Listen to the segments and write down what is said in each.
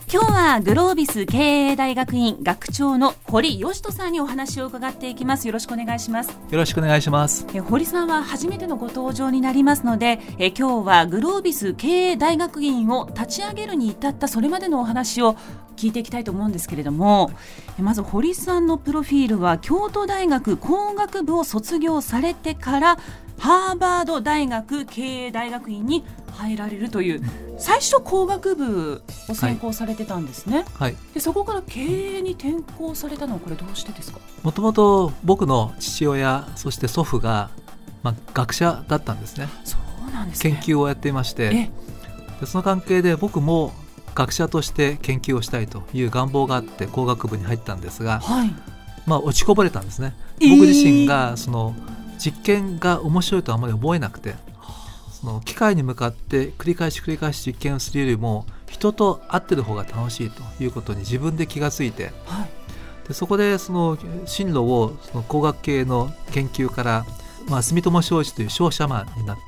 今日はグロービス経営大学院学長の堀義人さんにお話を伺っていきます。よろしくお願いします。 よろしくお願いします。 堀さんは初めてのご登場になりますので、今日はグロービス経営大学院を立ち上げるに至ったそれまでのお話を聞いていきたいと思うんですけれども、まず堀さんのプロフィールは京都大学工学部を卒業されてからハーバード大学経営大学院に入られるという、最初工学部を専攻されてたんですね。 はい、 でそこから経営に転向されたのはこれどうしてですか？ もともと僕の父親そして祖父が、学者だったんですね。 そうなんですね。 研究をやっていまして、でその関係で僕も学者として研究をしたいという願望があって工学部に入ったんですが、落ちこぼれたんですね。僕自身がその実験が面白いとあまり思えなくて、その機械に向かって繰り返し実験をするよりも人と会ってる方が楽しいということに自分で気がついて、でそこでその進路をその工学系の研究から、住友商事という商社マンになって、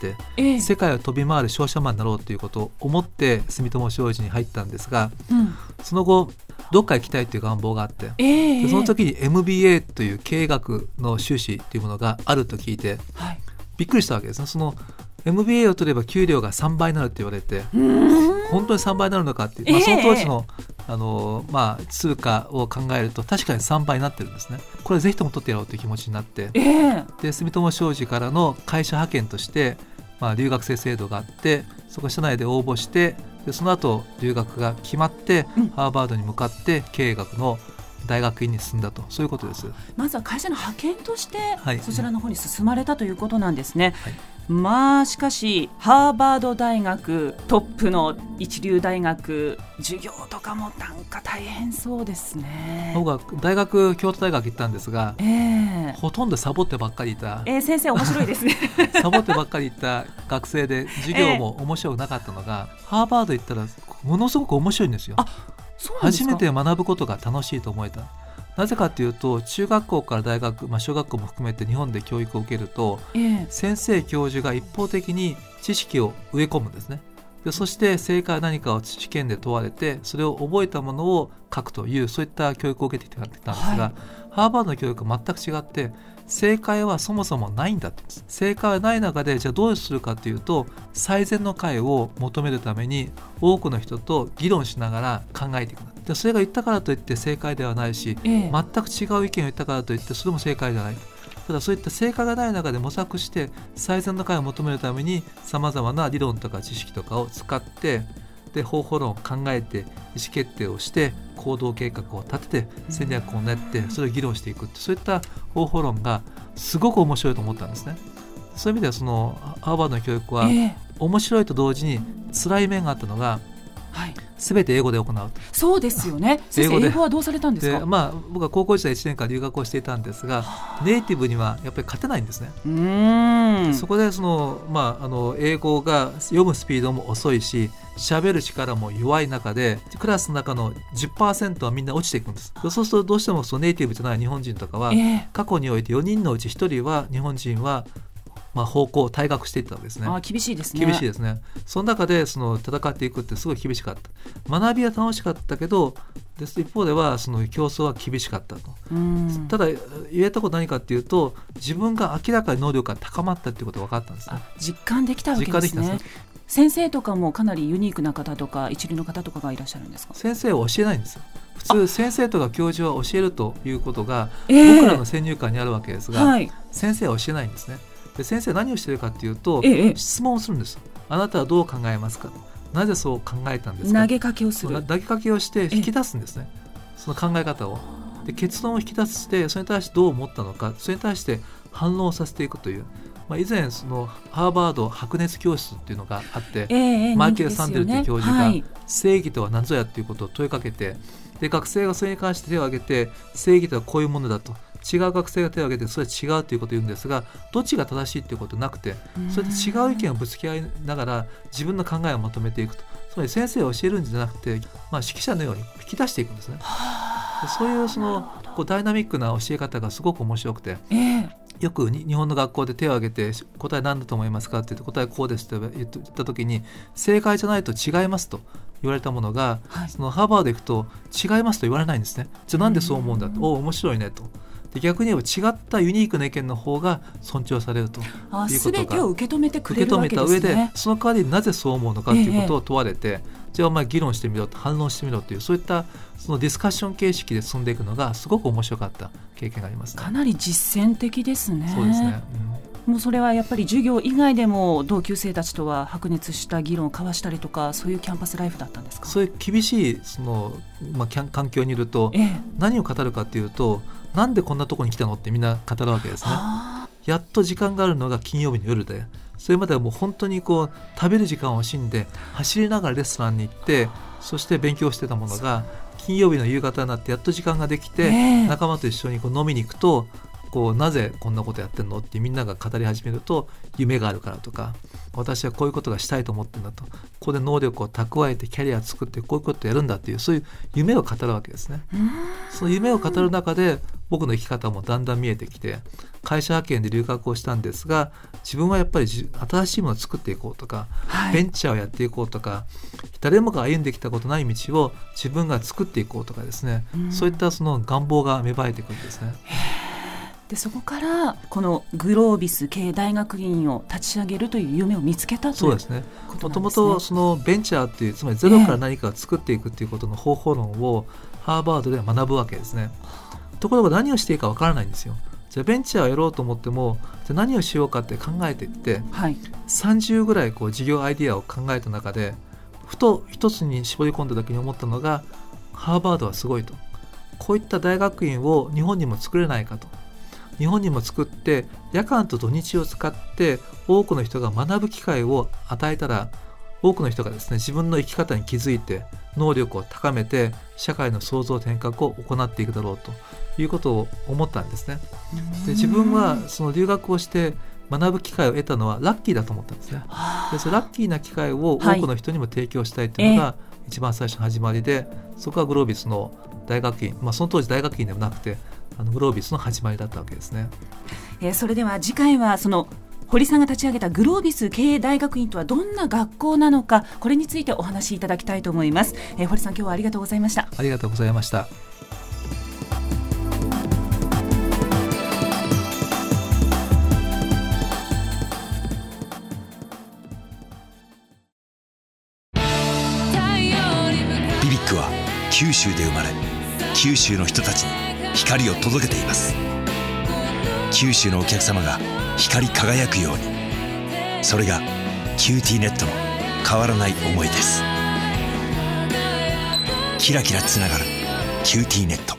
世界を飛び回る商社マンになろうということを思って住友商事に入ったんですが、その後どっか行きたいという願望があって、でその時に MBA という経営学の修士というものがあると聞いて、びっくりしたわけですね。その MBA を取れば給料が3倍になるって言われて、本当に3倍になるのかっていう、その当時の通貨を考えると確かに3倍になってるんですね。これぜひとも取ってやろうという気持ちになって、で住友商事からの会社派遣として、留学生制度があって、そこ社内で応募して、でその後留学が決まって、ハーバードに向かって経営学の大学院に進んだと、そういうことです。 まずは会社の派遣として、そちらの方に進まれたということなんですね。しかしハーバード大学トップの一流大学、授業とかもなんか大変そうですね。 僕は京都大学行ったんですが、ほとんどサボってばっかりいた、 先生面白いですねサボってばっかりいた学生で授業も面白くなかったのが、ハーバード行ったらものすごく面白いんですよ。 そうなんですか？ 初めて学ぶことが楽しいと思えた。なぜかというと、中学校から大学、小学校も含めて日本で教育を受けると、先生教授が一方的に知識を植え込むんですね。でそして正解は何かを試験で問われて、それを覚えたものを書くという、そういった教育を受けてきたんですが、ハーバードの教育は全く違って、正解はそもそもないんだと。正解はない中で、じゃあどうするかというと、最善の解を求めるために多くの人と議論しながら考えていく。でそれが言ったからといって正解ではないし、全く違う意見を言ったからといってそれも正解ではない。ただそういった正解がない中で模索して最善の解を求めるためにさまざまな理論とか知識とかを使って、で方法論を考えて意思決定をして行動計画を立てて戦略を練ってそれを議論していくって、そういった方法論がすごく面白いと思ったんですね。そういう意味ではそのハーバードの教育は面白いと同時に辛い面があったのが、全て英語で行うと。 そうですよね。先生、英語はどうされたんですか？ 僕は高校時代1年間留学をしていたんですが、ネイティブにはやっぱり勝てないんですね。そこでその、英語が読むスピードも遅いし、喋る力も弱い中でクラスの中の 10% はみんな落ちていくんです。そうするとどうしてもそのネイティブじゃない日本人とかは、過去において4人のうち1人は日本人は方向を退学していったわけですね。 厳しいですね。 厳しいですね。その中でその戦っていくってすごい厳しかった。学びは楽しかったけど、一方ではその競争は厳しかったと。ただ言えたこと何かっていうと、自分が明らかに能力が高まったっていうことが分かったんですね。 実感できたわけですね。先生とかもかなりユニークな方とか一流の方とかがいらっしゃるんですか？ 先生は教えないんですよ。普通先生とか教授は教えるということが、僕らの先入観にあるわけですが、先生は教えないんですね。で先生は何をしているかというと、質問をするんです。あなたはどう考えますか？なぜそう考えたんですか？ 投げかけをする。 投げかけをして引き出すんですね。その考え方を。で結論を引き出して、それに対してどう思ったのか、それに対して反論させていくという、以前そのハーバード白熱教室っていうのがあって、マイケル・サンデルという教授が正義とは何ぞやということを問いかけて、で学生がそれに関して手を挙げて、正義とはこういうものだと、違う学生が手を挙げてそれは違うということを言うんですが、どっちが正しいということなくて、それで違う意見をぶつけ合いながら自分の考えをまとめていくと。つまり先生を教えるんじゃなくて、指揮者のように引き出していくんですね。そういうそのダイナミックな教え方がすごく面白くて、よく日本の学校で手を挙げて答え何だと思いますかって言って、答えこうですと言った時に、正解じゃないと違いますと言われたものが、そのハーバード行くと違いますと言われないんですね。じゃあなんでそう思うんだと、面白いねと。で逆に言えば違ったユニークな意見の方が尊重されるということが、 全てを受け止めてくれるわけですね。 受け止めた上でその代わりになぜそう思うのかということを問われて、じゃあお前議論してみろと、反論してみろという、そういったそのディスカッション形式で進んでいくのがすごく面白かった経験がありますね。 かなり実践的ですね。 そうですね、 もうそれはやっぱり授業以外でも同級生たちとは白熱した議論を交わしたりとか、そういうキャンパスライフだったんですか？ そういう厳しいその、環境にいると、何を語るかというと、なんでこんなところに来たのってみんな語るわけですね。やっと時間があるのが金曜日の夜で、それまではもう本当にこう食べる時間を惜しんで走りながらレストランに行って、そして勉強してたものが金曜日の夕方になってやっと時間ができて、仲間と一緒にこう飲みに行くと、こうなぜこんなことやってんのってみんなが語り始めると、夢があるからとか、私はこういうことがしたいと思ってるんだと、ここで能力を蓄えてキャリアを作ってこういうことをやるんだっていう、そういう夢を語るわけですね。その夢を語る中で僕の生き方もだんだん見えてきて、会社派遣で留学をしたんですが、自分はやっぱり新しいものを作っていこうとか、ベンチャーをやっていこうとか、誰もが歩んできたことない道を自分が作っていこうとかですね、そういったその願望が芽生えてくるんですね。 でそこからこのグロービス経営大学院を立ち上げるという夢を見つけたということなんですね。 もともとそのベンチャーっていう、つまりゼロから何かを作っていくということの方法論をハーバードで学ぶわけですね。ところが何をしていいかわからないんですよ。じゃあベンチャーをやろうと思っても、じゃあ何をしようかって考えていって、30ぐらいこう事業アイディアを考えた中で、ふと一つに絞り込んだ時に思ったのが、ハーバードはすごいと、こういった大学院を日本にも作れないかと。日本にも作って、夜間と土日を使って多くの人が学ぶ機会を与えたら、多くの人がですね、自分の生き方に気づいて能力を高めて社会の創造転革を行っていくだろうということを思ったんですね。で自分はその留学をして学ぶ機会を得たのはラッキーだと思ったんですね。でそのラッキーな機会を多くの人にも提供したいというのが一番最初の始まりで、そこはグロービスの大学院、その当時大学院でもなくてグロービスの始まりだったわけですね。 それでは次回はその堀さんが立ち上げたグロービス経営大学院とはどんな学校なのか、これについてお話しいただきたいと思います。堀さん、今日はありがとうございました。 ありがとうございました。 ビビックは九州で生まれ、九州の人たちに光を届けています。九州のお客様が光り輝くように、それがキューティーネットの変わらない思いです。キラキラつながるキューティーネット。